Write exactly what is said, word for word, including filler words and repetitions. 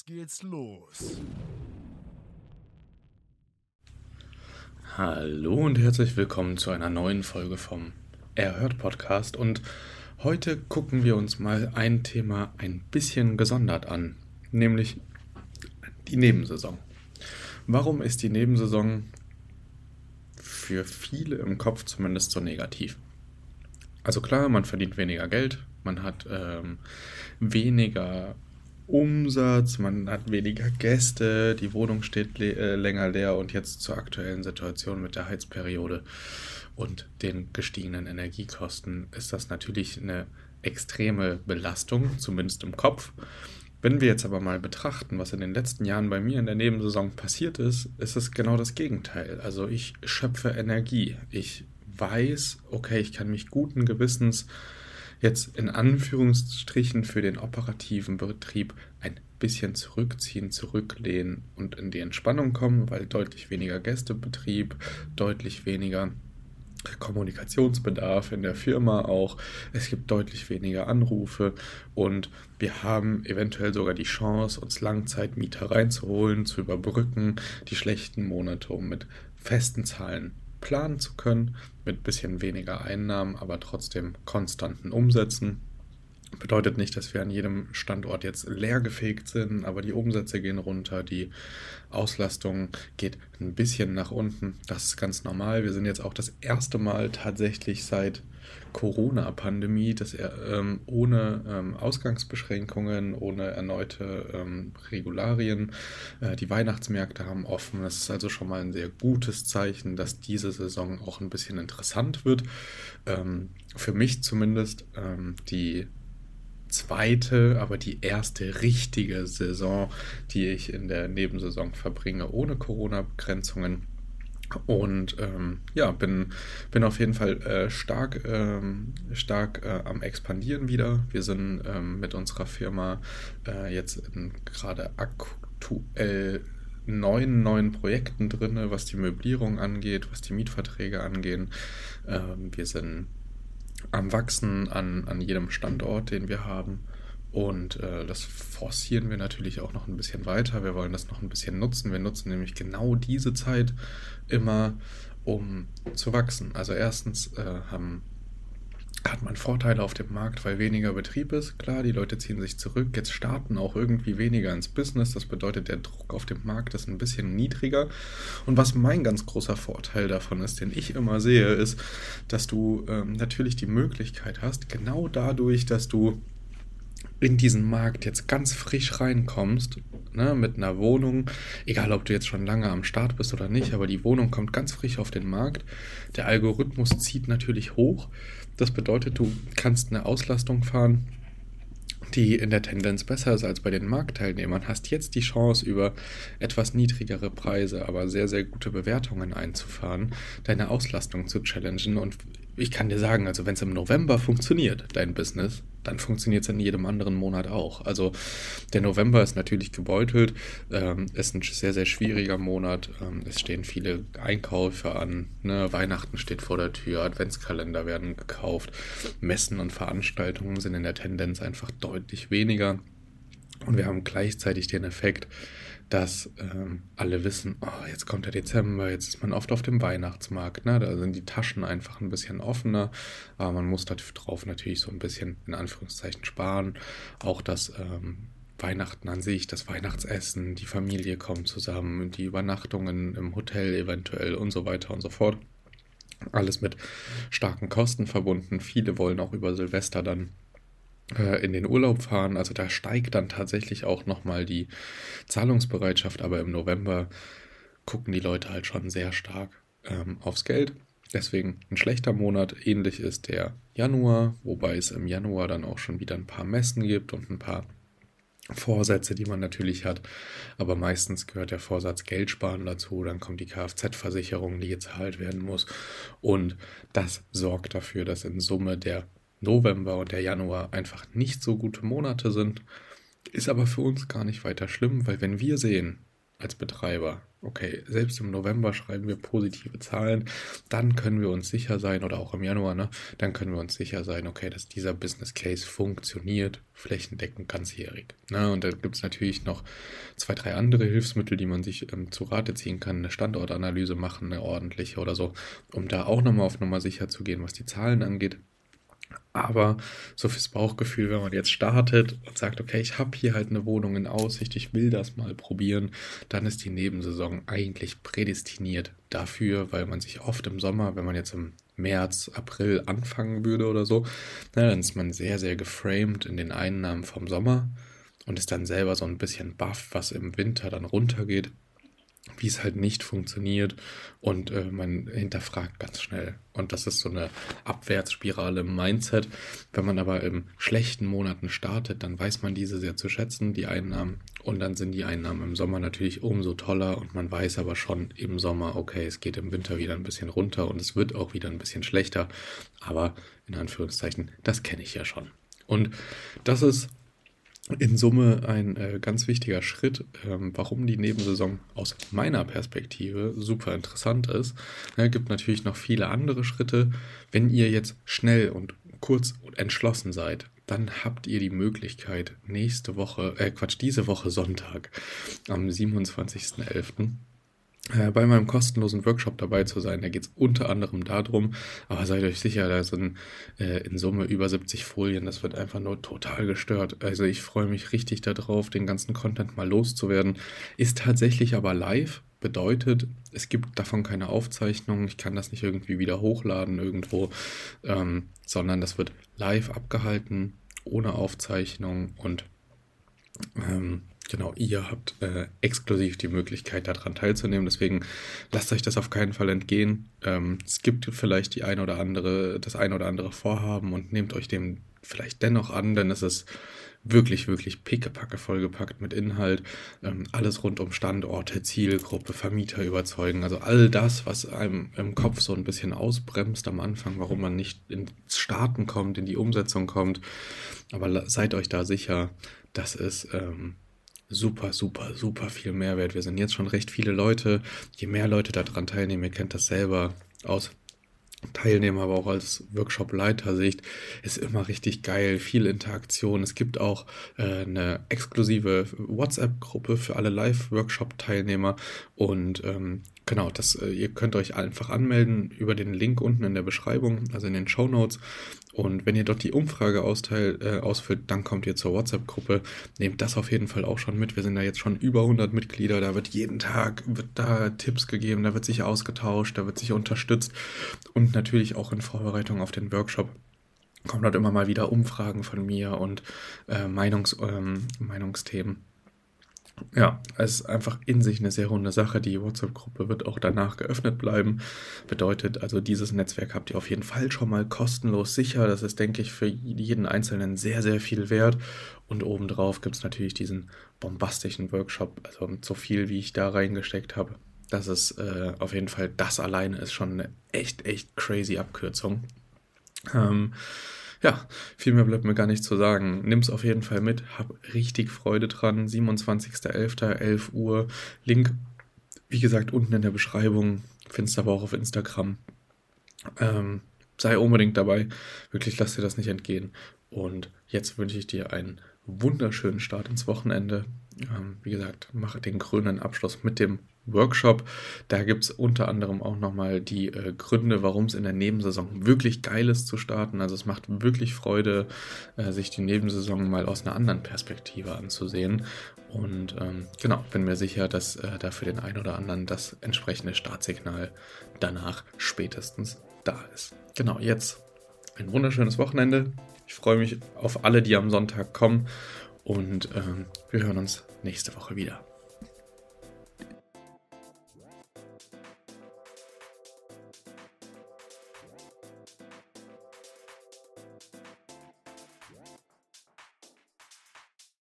geht's los. Hallo und herzlich willkommen zu einer neuen Folge vom Erhört Podcast. Und heute gucken wir uns mal ein Thema ein bisschen gesondert an, nämlich die Nebensaison. Warum ist die Nebensaison für viele im Kopf zumindest so negativ? Also klar, man verdient weniger Geld, man hat ähm, weniger Umsatz, man hat weniger Gäste, die Wohnung steht le- äh, länger leer und jetzt zur aktuellen Situation mit der Heizperiode und den gestiegenen Energiekosten ist das natürlich eine extreme Belastung, zumindest im Kopf. Wenn wir jetzt aber mal betrachten, was in den letzten Jahren bei mir in der Nebensaison passiert ist, ist es genau das Gegenteil. Also ich schöpfe Energie. Ich weiß, okay, ich kann mich guten Gewissens jetzt in Anführungsstrichen für den operativen Betrieb ein bisschen zurückziehen, zurücklehnen und in die Entspannung kommen, weil deutlich weniger Gästebetrieb, deutlich weniger Kommunikationsbedarf in der Firma auch. Es gibt deutlich weniger Anrufe und wir haben eventuell sogar die Chance, uns Langzeitmieter reinzuholen, zu überbrücken, die schlechten Monate, um mit festen Zahlen planen zu können, mit ein bisschen weniger Einnahmen, aber trotzdem konstanten Umsätzen. Bedeutet nicht, dass wir an jedem Standort jetzt leergefegt sind, aber die Umsätze gehen runter, die Auslastung geht ein bisschen nach unten. Das ist ganz normal. Wir sind jetzt auch das erste Mal tatsächlich seit Corona-Pandemie, dass er ähm, ohne ähm, Ausgangsbeschränkungen, ohne erneute ähm, Regularien, äh, die Weihnachtsmärkte haben offen. Das ist also schon mal ein sehr gutes Zeichen, dass diese Saison auch ein bisschen interessant wird. Ähm, für mich zumindest ähm, die zweite, aber die erste richtige Saison, die ich in der Nebensaison verbringe, ohne Corona-Begrenzungen. Und ähm, ja, bin, bin auf jeden Fall äh, stark, ähm, stark äh, am Expandieren wieder. Wir sind ähm, mit unserer Firma äh, jetzt in gerade aktuell neun neuen Projekten drin, was die Möblierung angeht, was die Mietverträge angehen. Ähm, wir sind am Wachsen an, an jedem Standort, den wir haben. Und äh, das forcieren wir natürlich auch noch ein bisschen weiter. Wir wollen das noch ein bisschen nutzen. Wir nutzen nämlich genau diese Zeit immer, um zu wachsen. Also erstens äh, haben, hat man Vorteile auf dem Markt, weil weniger Betrieb ist. Klar, die Leute ziehen sich zurück. Jetzt starten auch irgendwie weniger ins Business. Das bedeutet, der Druck auf dem Markt ist ein bisschen niedriger. Und was mein ganz großer Vorteil davon ist, den ich immer sehe, ist, dass du ähm, natürlich die Möglichkeit hast, genau dadurch, dass du in diesen Markt jetzt ganz frisch reinkommst, ne, mit einer Wohnung, egal ob du jetzt schon lange am Start bist oder nicht, aber die Wohnung kommt ganz frisch auf den Markt. Der Algorithmus zieht natürlich hoch. Das bedeutet, du kannst eine Auslastung fahren, die in der Tendenz besser ist als bei den Marktteilnehmern, hast jetzt die Chance, über etwas niedrigere Preise, aber sehr, sehr gute Bewertungen einzufahren, deine Auslastung zu challengen. Und ich kann dir sagen, also wenn es im November funktioniert, dein Business, dann funktioniert es in jedem anderen Monat auch. Also der November ist natürlich gebeutelt, ähm, ist ein sehr, sehr schwieriger Monat. Ähm, es stehen viele Einkäufe an, ne? Weihnachten steht vor der Tür, Adventskalender werden gekauft, Messen und Veranstaltungen sind in der Tendenz einfach deutlich weniger. Und wir haben gleichzeitig den Effekt, dass ähm, alle wissen, oh, jetzt kommt der Dezember, jetzt ist man oft auf dem Weihnachtsmarkt, ne? Da sind die Taschen einfach ein bisschen offener, aber man muss darauf natürlich so ein bisschen in Anführungszeichen sparen. Auch das ähm, Weihnachten an sich, das Weihnachtsessen, die Familie kommt zusammen, die Übernachtungen im Hotel eventuell und so weiter und so fort. Alles mit starken Kosten verbunden. Viele wollen auch über Silvester dann in den Urlaub fahren, also da steigt dann tatsächlich auch nochmal die Zahlungsbereitschaft, aber im November gucken die Leute halt schon sehr stark ähm, aufs Geld. Deswegen ein schlechter Monat, ähnlich ist der Januar, wobei es im Januar dann auch schon wieder ein paar Messen gibt und ein paar Vorsätze, die man natürlich hat, aber meistens gehört der Vorsatz Geld sparen dazu, dann kommt die Kfz-Versicherung, die gezahlt werden muss und das sorgt dafür, dass in Summe der November und der Januar einfach nicht so gute Monate sind, ist aber für uns gar nicht weiter schlimm, weil wenn wir sehen, als Betreiber, okay, selbst im November schreiben wir positive Zahlen, dann können wir uns sicher sein, oder auch im Januar, ne, dann können wir uns sicher sein, okay, dass dieser Business Case funktioniert, flächendeckend ganzjährig. Ne? Und da gibt es natürlich noch zwei, drei andere Hilfsmittel, die man sich ähm, zu Rate ziehen kann, eine Standortanalyse machen, eine ordentliche oder so, um da auch nochmal auf Nummer sicher zu gehen, was die Zahlen angeht. Aber so fürs Bauchgefühl, wenn man jetzt startet und sagt, okay, ich habe hier halt eine Wohnung in Aussicht, ich will das mal probieren, dann ist die Nebensaison eigentlich prädestiniert dafür, weil man sich oft im Sommer, wenn man jetzt im März, April anfangen würde oder so, na, dann ist man sehr, sehr geframed in den Einnahmen vom Sommer und ist dann selber so ein bisschen baff, was im Winter dann runtergeht, wie es halt nicht funktioniert und äh, man hinterfragt ganz schnell. Und das ist so eine Abwärtsspirale im Mindset. Wenn man aber in schlechten Monaten startet, dann weiß man diese sehr zu schätzen, die Einnahmen. Und dann sind die Einnahmen im Sommer natürlich umso toller und man weiß aber schon im Sommer, okay, es geht im Winter wieder ein bisschen runter und es wird auch wieder ein bisschen schlechter. Aber in Anführungszeichen, das kenne ich ja schon. Und das ist in Summe ein äh, ganz wichtiger Schritt, ähm, warum die Nebensaison aus meiner Perspektive super interessant ist. Es gibt natürlich noch viele andere Schritte. Wenn ihr jetzt schnell und kurz und entschlossen seid, dann habt ihr die Möglichkeit, nächste Woche, äh Quatsch, diese Woche Sonntag, am siebenundzwanzigsten elften äh, bei meinem kostenlosen Workshop dabei zu sein. Da geht es unter anderem darum, aber seid euch sicher, da sind äh, in Summe über siebzig Folien, das wird einfach nur total gestört. Also ich freue mich richtig darauf, den ganzen Content mal loszuwerden. Ist tatsächlich aber live, bedeutet, es gibt davon keine Aufzeichnung, ich kann das nicht irgendwie wieder hochladen irgendwo, ähm, sondern das wird live abgehalten, ohne Aufzeichnung und ähm, genau, ihr habt äh, exklusiv die Möglichkeit, daran teilzunehmen. Deswegen lasst euch das auf keinen Fall entgehen. Ähm, es gibt vielleicht die ein oder andere, das ein oder andere Vorhaben und nehmt euch dem vielleicht dennoch an, denn es ist wirklich, wirklich pickepacke vollgepackt mit Inhalt. Ähm, alles rund um Standorte, Zielgruppe, Vermieter überzeugen. Also all das, was einem im Kopf so ein bisschen ausbremst am Anfang, warum man nicht ins Starten kommt, in die Umsetzung kommt. Aber seid euch da sicher, das ist ähm, super, super, super viel Mehrwert. Wir sind jetzt schon recht viele Leute. Je mehr Leute daran teilnehmen, ihr kennt das selber aus Teilnehmer, aber auch als Workshop-Leiter-Sicht, ist immer richtig geil, viel Interaktion. Es gibt auch äh, eine exklusive WhatsApp-Gruppe für alle Live-Workshop-Teilnehmer und ähm, genau, das, äh, ihr könnt euch einfach anmelden über den Link unten in der Beschreibung, also in den Shownotes. Und wenn ihr dort die Umfrage austeil, äh, ausfüllt, dann kommt ihr zur WhatsApp-Gruppe. Nehmt das auf jeden Fall auch schon mit. Wir sind da jetzt schon über hundert Mitglieder. Da wird jeden Tag wird da Tipps gegeben, da wird sich ausgetauscht, da wird sich unterstützt. Und natürlich auch in Vorbereitung auf den Workshop kommen dort immer mal wieder Umfragen von mir und äh, Meinungs, ähm, Meinungsthemen. Ja, es ist einfach in sich eine sehr runde Sache. Die WhatsApp-Gruppe wird auch danach geöffnet bleiben. Bedeutet also, dieses Netzwerk habt ihr auf jeden Fall schon mal kostenlos sicher. Das ist, denke ich, für jeden Einzelnen sehr, sehr viel wert. Und obendrauf gibt es natürlich diesen bombastischen Workshop, also so viel, wie ich da reingesteckt habe. Das ist äh, auf jeden Fall, das alleine ist schon eine echt, echt crazy Abkürzung. Ähm, Ja, viel mehr bleibt mir gar nicht zu sagen. Nimm's auf jeden Fall mit, hab richtig Freude dran. siebenundzwanzigster elfter, elf Uhr. Link, wie gesagt, unten in der Beschreibung. Findest du aber auch auf Instagram. Ähm, sei unbedingt dabei. Wirklich, lass dir das nicht entgehen. Und jetzt wünsche ich dir einen wunderschönen Start ins Wochenende. Ähm, wie gesagt, mache den krönenden Abschluss mit dem Workshop. Da gibt es unter anderem auch nochmal die äh, Gründe, warum es in der Nebensaison wirklich geil ist zu starten. Also es macht wirklich Freude, äh, sich die Nebensaison mal aus einer anderen Perspektive anzusehen. Und ähm, genau, bin mir sicher, dass äh, da für den einen oder anderen das entsprechende Startsignal danach spätestens da ist. Genau, jetzt ein wunderschönes Wochenende. Ich freue mich auf alle, die am Sonntag kommen. Und ähm, wir hören uns nächste Woche wieder.